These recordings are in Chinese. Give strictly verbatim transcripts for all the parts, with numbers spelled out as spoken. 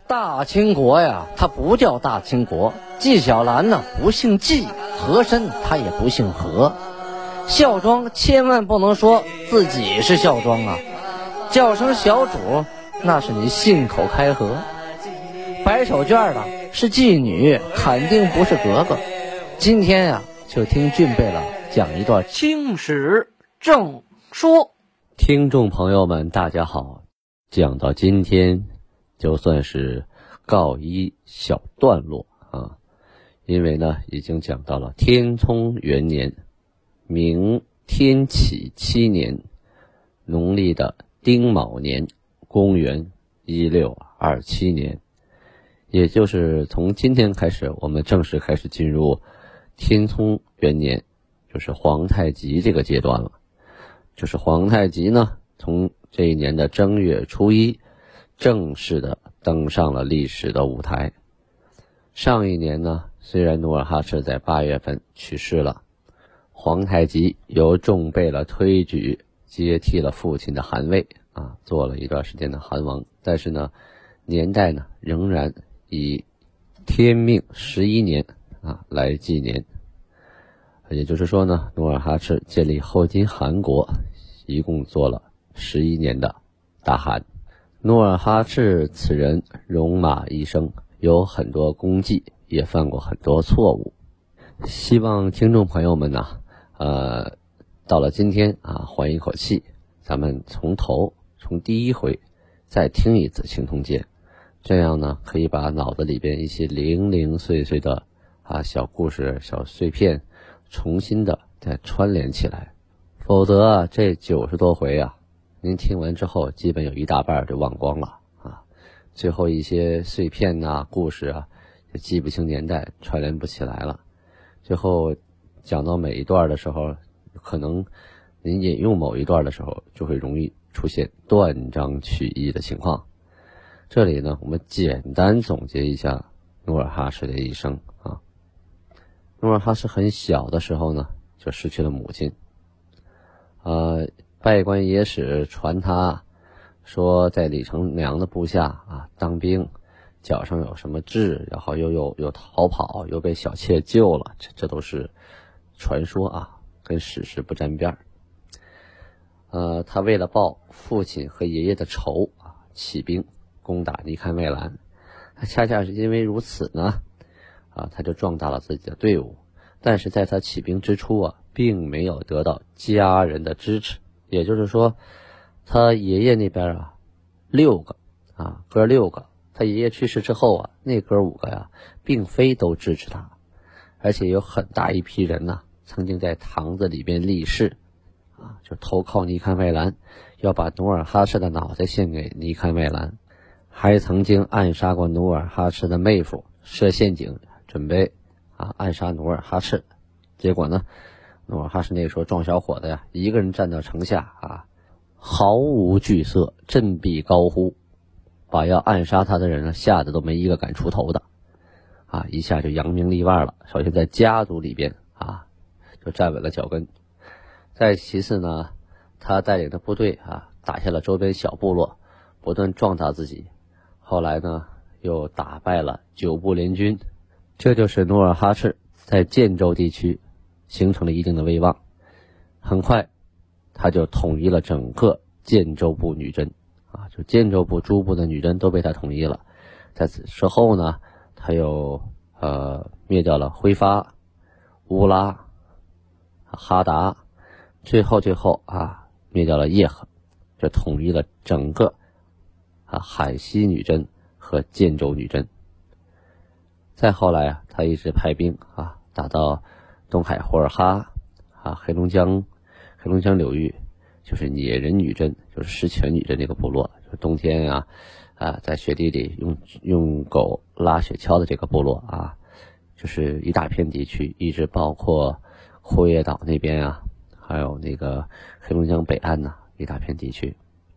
大清国呀，它不叫大清国。纪晓岚呢不姓纪，和珅他也不姓和。孝庄千万不能说自己是孝庄啊，叫声小主那是你信口开河。白手绢的是妓女，肯定不是格格。今天呀，就听俊贝了讲一段清史正说。 听众朋友们大家好，讲到今天就算是告一小段落啊，因为呢已经讲到了天聪元年，明天启七年，农历的丁卯年，公元一六二七年，也就是从今天开始，我们正式开始进入天聪元年，就是皇太极这个阶段了。就是皇太极呢，从这一年的正月初一，正式的登上了历史的舞台。上一年呢，虽然努尔哈赤在八月份去世了，皇太极由众贝勒推举接替了父亲的汗位啊，做了一段时间的汗王，但是呢，年代呢仍然以天命十一年啊来纪年。也就是说呢，努尔哈赤建立后金汗国，一共做了十一年的大汗。努尔哈赤此人戎马一生，有很多功绩，也犯过很多错误。希望听众朋友们呢，呃，到了今天啊，缓一口气，咱们从头从第一回再听一次《青铜剑》，这样呢，可以把脑子里边一些零零碎碎的啊小故事、小碎片，重新的再串联起来。否则啊，这九十多回啊，您听完之后基本有一大半就忘光了啊，最后一些碎片呐、故事啊就记不清年代，串联不起来了。最后讲到每一段的时候，可能您引用某一段的时候就会容易出现断章取义的情况。这里呢，我们简单总结一下努尔哈赤的一生啊。努尔哈赤很小的时候呢，就失去了母亲。呃，拜官野史传他说，在李成梁的部下啊当兵，脚上有什么痣，然后又又又逃跑，又被小妾救了，这这都是传说啊，跟史实不沾边儿。呃，他为了报父亲和爷爷的仇啊，起兵攻打尼堪卫兰。恰恰是因为如此呢，啊，他就壮大了自己的队伍。但是在他起兵之初啊，并没有得到家人的支持，也就是说，他爷爷那边啊，六个啊，哥六个，他爷爷去世之后啊，那哥五个呀，并非都支持他，而且有很大一批人呢，曾经在堂子里边立誓，啊，就投靠尼堪卫兰，要把努尔哈赤的脑袋献给尼堪卫兰，还曾经暗杀过努尔哈赤的妹夫，设陷阱准备啊暗杀努尔哈赤。结果呢，努尔哈赤那个时候壮小伙子呀，一个人站到城下啊，毫无惧色，振臂高呼，把要暗杀他的人呢吓得都没一个敢出头的啊，一下就扬名立万了。首先在家族里边啊就站稳了脚跟，再其次呢，他带领的部队啊打下了周边小部落，不断壮大自己。后来呢，又打败了九部联军，这就是努尔哈赤在建州地区形成了一定的威望。很快他就统一了整个建州部女真啊，就建州部诸部的女真都被他统一了。在此之后呢，他又呃灭掉了辉发、乌拉、哈达，最后最后啊灭掉了叶赫，就统一了整个啊海西女真和建州女真。再后来啊，他一直派兵啊打到东海呼尔哈啊黑龙江黑龙江流域，就是野人女真，就是狮犬女真这个部落，就是冬天啊啊在雪地里用用狗拉雪橇的这个部落啊，就是一大片地区，一直包括库页岛那边啊，还有那个黑龙江北岸呐、啊、一大片地区。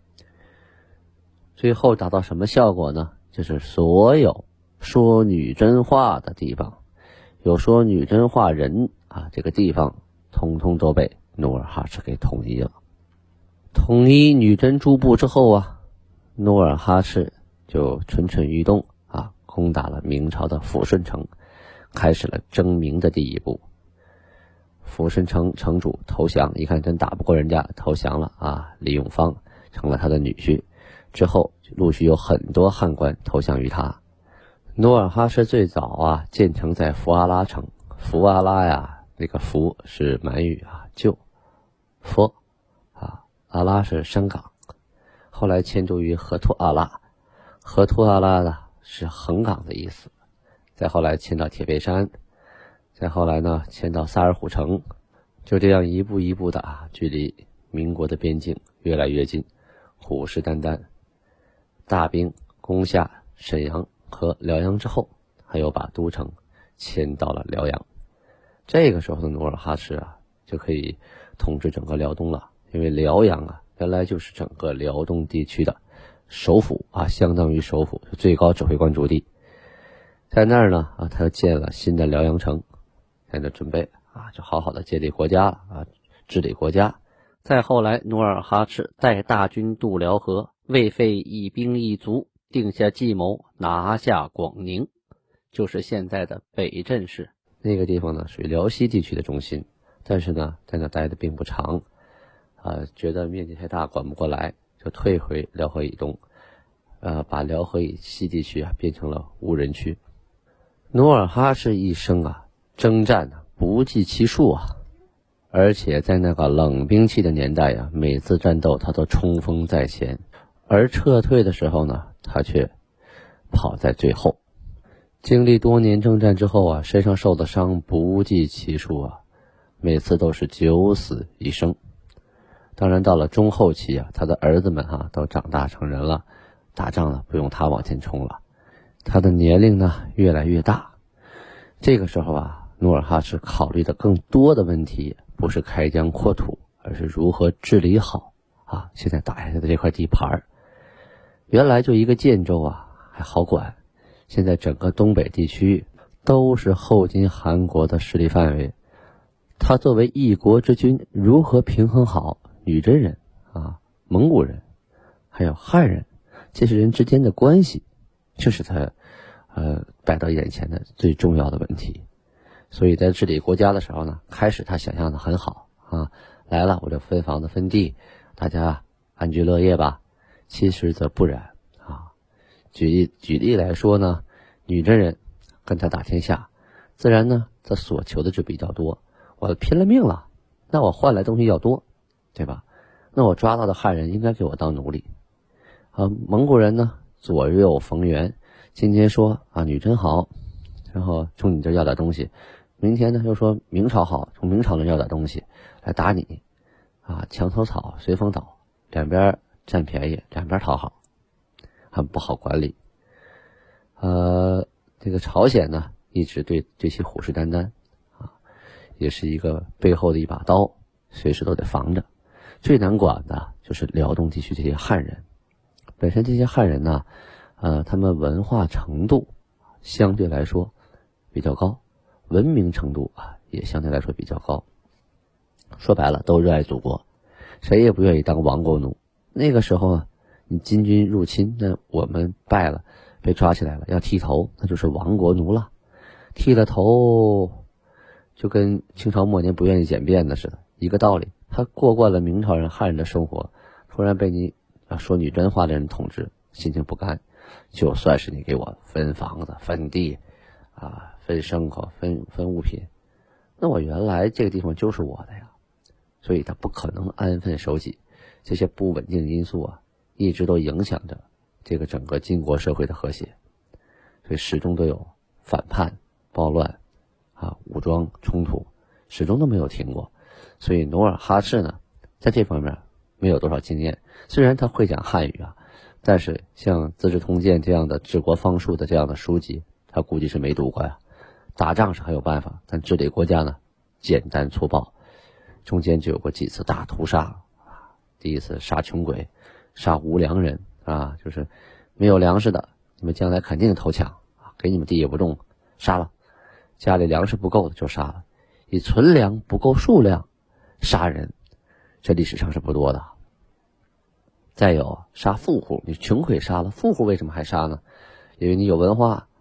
最后达到什么效果呢？就是所有说女真话的地方，有说女真话人啊，这个地方通通都被努尔哈赤给统一了。统一女真诸部之后啊，努尔哈赤就蠢蠢欲动攻打了明朝的抚顺城，开始了征明的第一步。抚顺城城主投降，一看真打不过人家，投降了啊！李永芳成了他的女婿，之后陆续有很多汉官投降于他。努尔哈赤最早啊建成在福阿拉城，福阿拉呀，那个福是满语啊，旧佛啊，阿拉是山港，后来迁都于河图阿拉，河图阿拉呢是横岗的意思，再后来迁到铁背山，再后来呢迁到萨尔浒城，就这样一步一步的啊，距离民国的边境越来越近，虎视眈眈。大兵攻下沈阳和辽阳之后，还有把都城迁到了辽阳。这个时候的努尔哈赤啊，就可以统治整个辽东了，因为辽阳啊，原来就是整个辽东地区的首府啊，相当于首府，最高指挥官驻地。在那儿呢啊，他又建了新的辽阳城，在那准备啊，就好好的建立国家了啊，治理国家。再后来，努尔哈赤带大军渡辽河，未费一兵一卒，定下计谋，拿下广宁，就是现在的北镇市。那个地方呢，属于辽西地区的中心，但是呢，在那待的并不长，呃，觉得面积太大，管不过来，就退回辽河以东，呃，把辽河以西地区啊变成了无人区。努尔哈赤一生啊，征战啊不计其数啊，而且在那个冷兵器的年代啊，每次战斗他都冲锋在前，而撤退的时候呢，他却跑在最后。经历多年征战之后啊，身上受的伤不计其数啊，每次都是九死一生。当然到了中后期啊，他的儿子们哈、啊、都长大成人了，打仗了不用他往前冲了，他的年龄呢越来越大。这个时候啊，努尔哈赤考虑的更多的问题不是开疆扩土，而是如何治理好啊现在打下来的这块地盘。原来就一个建州啊还好管，现在整个东北地区都是后金汗国的势力范围，他作为一国之君，如何平衡好女真人啊、蒙古人还有汉人这些人之间的关系，这是他呃摆到眼前的最重要的问题。所以在治理国家的时候呢，开始他想象的很好啊，来了我就分房子分地，大家安居乐业吧。其实则不然啊。举例举例来说呢，女真人跟他打天下，自然呢他所求的就比较多，我拼了命了，那我换来东西要多，对吧？那我抓到的汉人应该给我当奴隶啊。蒙古人呢左右逢源，今天说啊女真好，然后从你这要点东西，明天呢又说明朝好，从明朝那要点东西来打你啊，墙头草随风倒，两边占便宜，两边讨好，很不好管理。呃，这个朝鲜呢一直对对其虎视眈眈啊，也是一个背后的一把刀，随时都得防着。最难管的就是辽东地区这些汉人，本身这些汉人呢，呃，他们文化程度相对来说比较高，文明程度啊也相对来说比较高。说白了，都热爱祖国，谁也不愿意当亡国奴。那个时候啊，你金军入侵，那我们败了，被抓起来了，要剃头，那就是亡国奴了。剃了头，就跟清朝末年不愿意剪辫子似的，一个道理。他过惯了明朝人、汉人的生活，突然被你说女真话的人统治，心情不甘。就算是你给我分房子、分地，啊，分牲口、分分物品，那我原来这个地方就是我的呀，所以他不可能安分守己。这些不稳定因素啊，一直都影响着这个整个金国社会的和谐，所以始终都有反叛、暴乱啊、武装冲突，始终都没有停过。所以努尔哈赤呢，在这方面没有多少经验。虽然他会讲汉语啊，但是像《资治通鉴》这样的治国方术的这样的书籍，他估计是没读过呀。打仗是很有办法，但治理国家呢，简单粗暴。中间就有过几次大屠杀啊，第一次杀穷鬼，杀无粮人啊，就是没有粮食的，你们将来肯定投降啊，给你们地也不种，杀了；家里粮食不够的就杀了，以存粮不够数量杀人，这历史上是不多的。再有杀富户，你穷鬼杀了，富户为什么还杀呢？因为你有文化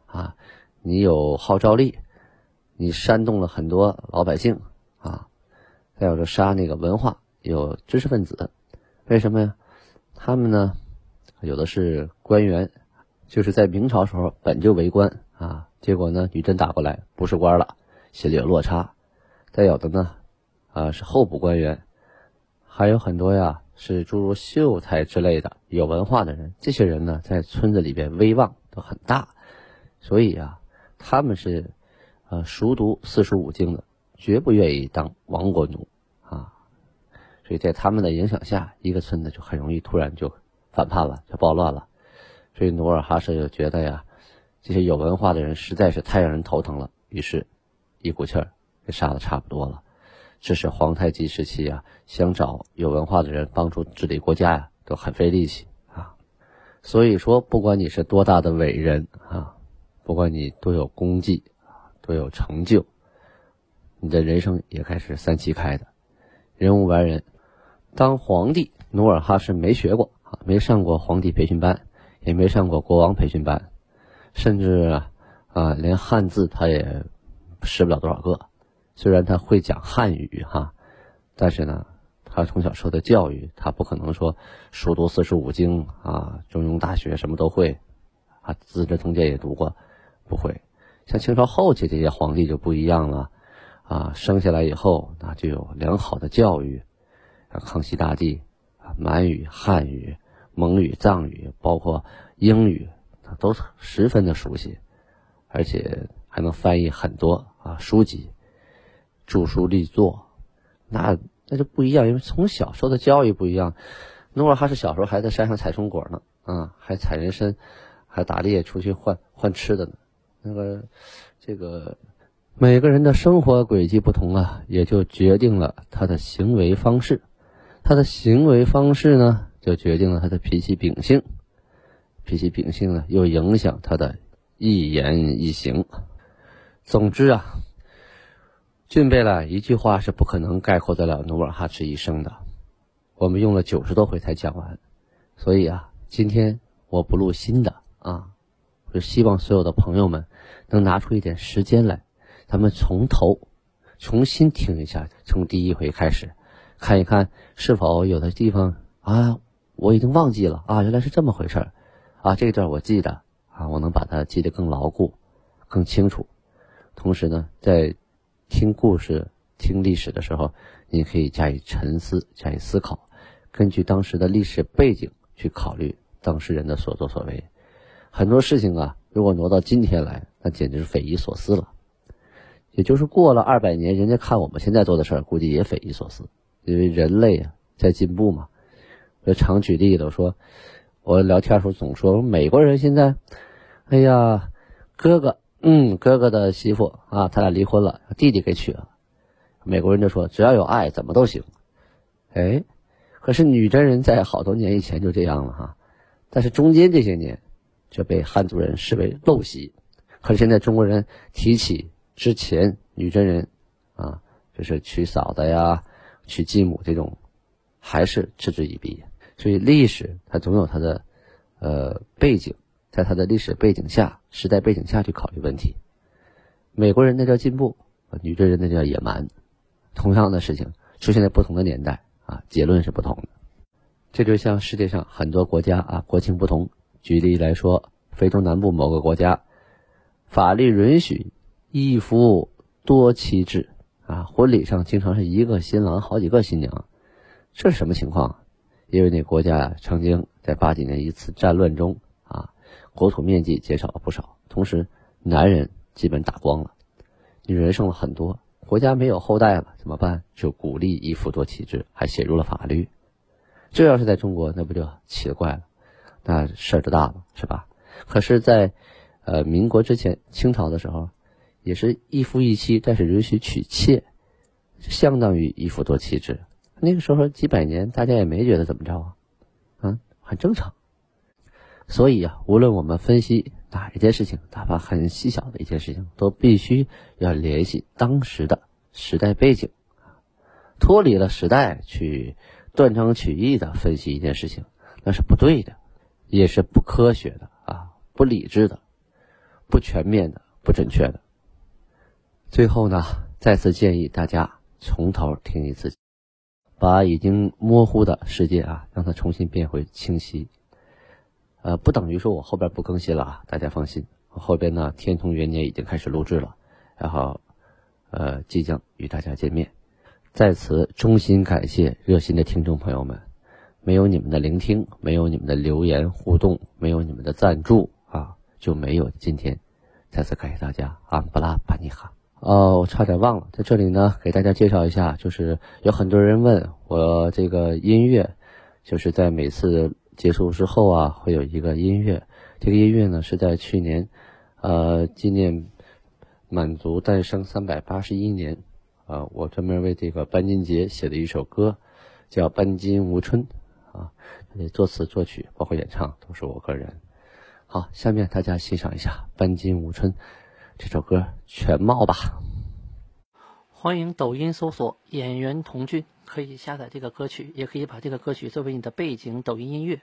啊，你有号召力，你煽动了很多老百姓啊，再有就杀那个文化有知识分子，为什么呀？他们呢有的是官员，就是在明朝时候本就为官啊，结果呢女真打过来不是官了，心里有落差。再有的呢啊是候补官员，还有很多呀是诸如秀才之类的有文化的人，这些人呢在村子里边威望都很大，所以啊他们是呃熟读四书五经的，绝不愿意当亡国奴啊。所以在他们的影响下，一个村子就很容易突然就反叛了，就暴乱了。所以努尔哈赤就觉得呀，这些有文化的人实在是太让人头疼了，于是一股气儿给杀的差不多了。这是皇太极时期啊，想找有文化的人帮助治理国家呀，都很费力气啊。所以说，不管你是多大的伟人啊，不管你多有功绩啊，多有成就，你的人生也该是三七开的，人无完人。当皇帝，努尔哈赤没学过啊，没上过皇帝培训班，也没上过国王培训班，甚至啊，连汉字他也识不了多少个。虽然他会讲汉语哈，但是呢，他从小受的教育，他不可能说熟读四书五经啊，中庸大学什么都会啊，资治通鉴也读过，不会。像清朝后期这些皇帝就不一样了啊，生下来以后那就有良好的教育，像康熙大帝啊，满语、汉语、蒙语、藏语，包括英语，他都十分的熟悉，而且还能翻译很多啊书籍。著书立作，那那就不一样，因为从小受的教育不一样。努尔哈赤小时候还在山上采松果呢，啊，还采人参，还打猎出去换换吃的呢。那个，这个每个人的生活轨迹不同啊，也就决定了他的行为方式。他的行为方式呢，就决定了他的脾气秉性。脾气秉性呢，又影响他的一言一行。总之啊。俊贝勒一句话是不可能概括得了努尔哈赤一生的，我们用了九十多回才讲完，所以啊，今天我不录新的啊，我就希望所有的朋友们能拿出一点时间来，咱们从头重新听一下，从第一回开始，看一看是否有的地方啊我已经忘记了啊，原来是这么回事啊，这段我记得啊，我能把它记得更牢固、更清楚。同时呢，在听故事、听历史的时候，你可以加以沉思、加以思考，根据当时的历史背景去考虑当事人的所作所为。很多事情啊，如果挪到今天来，那简直是匪夷所思了。也就是过了二百年，人家看我们现在做的事儿，估计也匪夷所思，因为人类啊在进步嘛。我常举例的说，我聊天的时候总说，美国人现在，哎呀，哥哥。嗯，哥哥的媳妇啊，他俩离婚了，弟弟给娶了。美国人就说只要有爱怎么都行。哎，可是女真人在好多年以前就这样了哈，但是中间这些年却被汉族人视为陋习。可是现在中国人提起之前女真人啊，就是娶嫂子呀、娶继母这种，还是嗤之以鼻。所以历史它总有它的呃背景。在他的历史背景下、时代背景下去考虑问题。美国人那叫进步，女真人那叫野蛮。同样的事情出现在不同的年代啊，结论是不同的。这就像世界上很多国家啊，国情不同。举例来说，非洲南部某个国家，法律允许一夫多妻制啊，婚礼上经常是一个新郎好几个新娘，这是什么情况？因为那国家啊，曾经在八几年一次战乱中啊。国土面积减少了不少，同时男人基本打光了，女人剩了很多，国家没有后代了，怎么办？就鼓励一夫多妻制，还写入了法律。这要是在中国，那不就奇怪了，那事儿就大了，是吧？可是在呃民国之前，清朝的时候，也是一夫一妻，但是允许娶妾，相当于一夫多妻制。那个时候几百年，大家也没觉得怎么着啊，啊，很正常。所以啊，无论我们分析哪一件事情，哪怕很细小的一件事情，都必须要联系当时的时代背景，脱离了时代去断章取义的分析一件事情，那是不对的，也是不科学的啊，不理智的。 不全面的、不准确的。最后呢，再次建议大家从头听一次，把已经模糊的世界啊，让它重新变回清晰。呃，不等于说我后边不更新了啊，大家放心，我后边呢天通元年已经开始录制了，然后呃即将与大家见面。在此衷心感谢热心的听众朋友们，没有你们的聆听，没有你们的留言互动，没有你们的赞助啊，就没有今天。再次感谢大家，安布拉巴尼哈。哦，我差点忘了，在这里呢给大家介绍一下，就是有很多人问我这个音乐，就是在每次结束之后啊，会有一个音乐。这个音乐呢是在去年，呃，纪念满族诞生三百八十一年，啊、呃，我专门为这个班金节写的一首歌，叫《班金无春》啊，作词作曲包括演唱都是我个人。好，下面大家欣赏一下《班金无春》这首歌全貌吧。 欢迎抖音搜索演员童俊，可以下载这个歌曲，也可以把这个歌曲作为你的背景抖音音乐。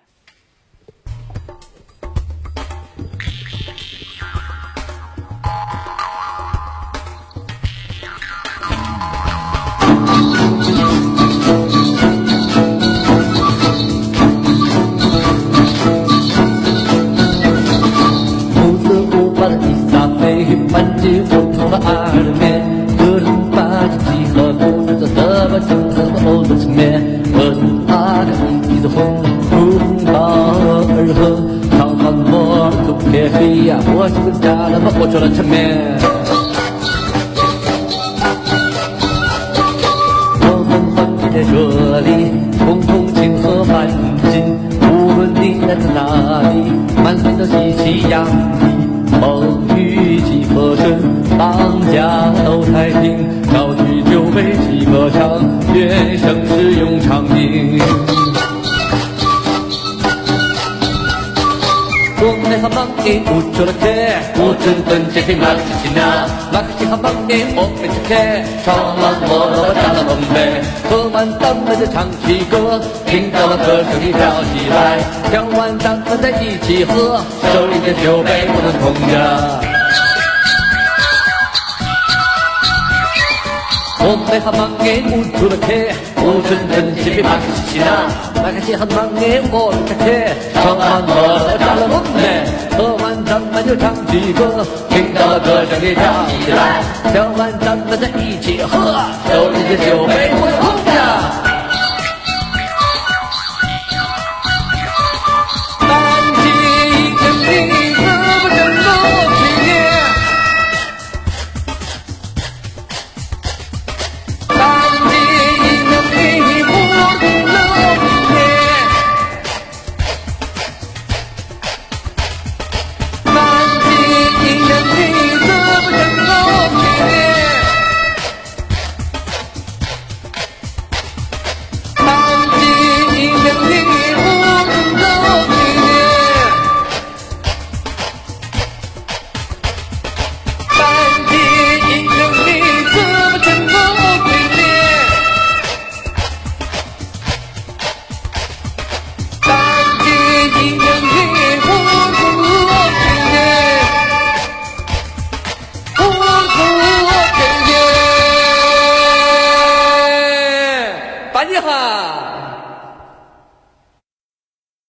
胡子无法的伊萨菲，班级我头发二的面。和故事的色吧，整个的欧的层面，和他的一的红，不劳而合，长发我都撇飞呀，我是个假的嘛，我出了场面。我们团结在这里，共同庆贺半斤，无论你来自哪里，满身的喜气洋溢，风雨几何顺，当家都太平。高举酒杯几歌唱，愿盛世永长宁。我们好忙诶，不做了客，我真分解开马克西纳，马克西好忙诶，我没吃客，唱完我我打了bom杯，喝完咱们就唱起歌，听到了歌声你跳起来，跳完咱们再一起喝，手里的酒杯不能空着。我们好忙诶，不做了客，我真真是比马克西纳，马克西好忙诶，我没吃客，唱完我打了bom杯，喝完咱们就唱起歌，听到了歌声你跳起来，跳完咱们再一起喝，手里的酒杯不能空着。